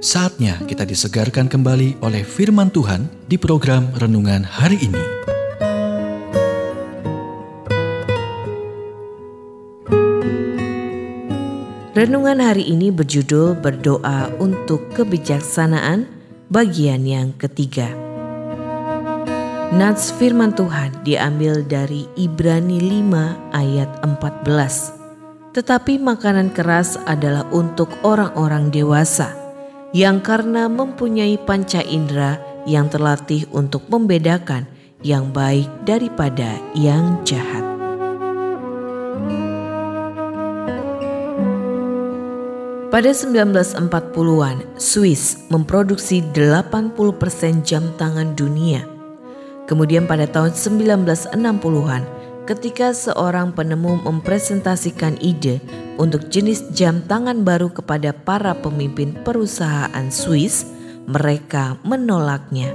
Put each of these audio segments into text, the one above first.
Saatnya kita disegarkan kembali oleh firman Tuhan di program Renungan Hari ini. Renungan hari ini berjudul Berdoa untuk Kebijaksanaan, bagian yang ketiga. Nats firman Tuhan diambil dari Ibrani 5 ayat 14. Tetapi makanan keras adalah untuk orang-orang dewasa, yang karena mempunyai panca indera yang terlatih untuk membedakan yang baik daripada yang jahat. Pada 1940-an, Swiss memproduksi 80% jam tangan dunia. Kemudian pada tahun 1960-an, ketika seorang penemu mempresentasikan ide untuk jenis jam tangan baru kepada para pemimpin perusahaan Swiss, mereka menolaknya.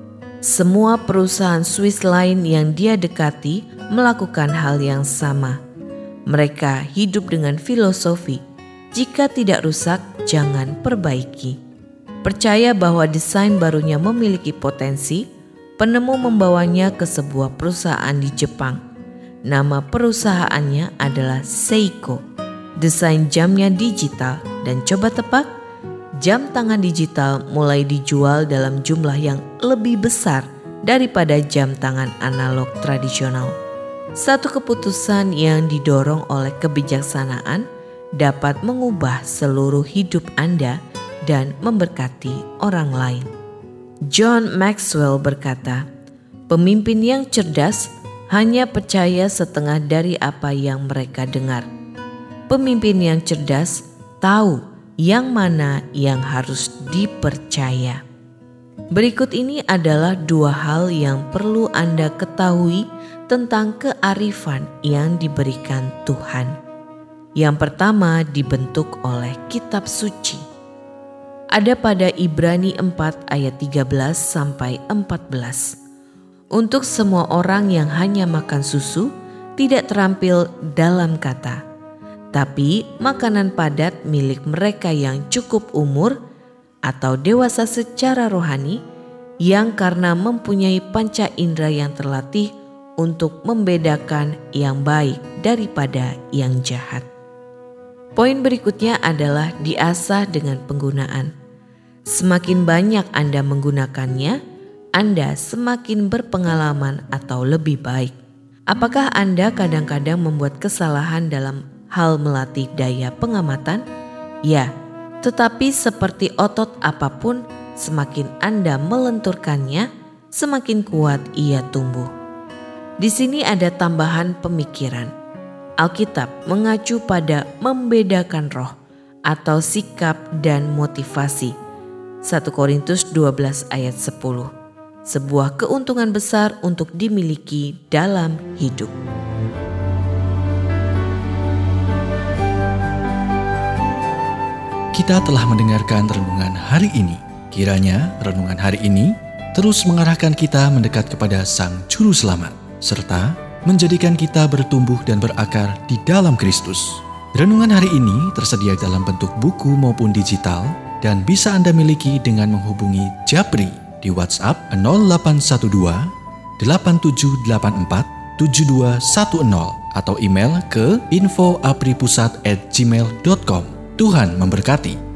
Semua perusahaan Swiss lain yang dia dekati melakukan hal yang sama. Mereka hidup dengan filosofi, jika tidak rusak, jangan perbaiki. Percaya bahwa desain barunya memiliki potensi, penemu membawanya ke sebuah perusahaan di Jepang. Nama perusahaannya adalah Seiko. Desain jamnya digital dan coba tebak, jam tangan digital mulai dijual dalam jumlah yang lebih besar daripada jam tangan analog tradisional. Satu keputusan yang didorong oleh kebijaksanaan dapat mengubah seluruh hidup Anda dan memberkati orang lain. John Maxwell berkata, pemimpin yang cerdas hanya percaya setengah dari apa yang mereka dengar. Pemimpin yang cerdas tahu yang mana yang harus dipercaya. Berikut ini adalah dua hal yang perlu Anda ketahui tentang kearifan yang diberikan Tuhan. Yang pertama dibentuk oleh kitab suci. Ada pada Ibrani 4 ayat 13 sampai 14. Untuk semua orang yang hanya makan susu tidak terampil dalam kata, tapi makanan padat milik mereka yang cukup umur atau dewasa secara rohani, yang karena mempunyai panca indera yang terlatih untuk membedakan yang baik daripada yang jahat. Poin berikutnya adalah diasah dengan penggunaan. Semakin banyak Anda menggunakannya, Anda semakin berpengalaman atau lebih baik. Apakah Anda kadang-kadang membuat kesalahan dalam hal melatih daya pengamatan? Ya, tetapi seperti otot apapun, semakin Anda melenturkannya, semakin kuat ia tumbuh. Di sini ada tambahan pemikiran. Alkitab mengacu pada membedakan roh atau sikap dan motivasi. 1 Korintus 12 ayat 10. Sebuah keuntungan besar untuk dimiliki dalam hidup. Kita telah mendengarkan renungan hari ini. Kiranya renungan hari ini terus mengarahkan kita mendekat kepada Sang Juru Selamat, serta menjadikan kita bertumbuh dan berakar di dalam Kristus. Renungan hari ini tersedia dalam bentuk buku maupun digital dan bisa Anda miliki dengan menghubungi Japri di WhatsApp 0812 8784 7210 atau email ke info@apripusat@gmail.com. Tuhan memberkati.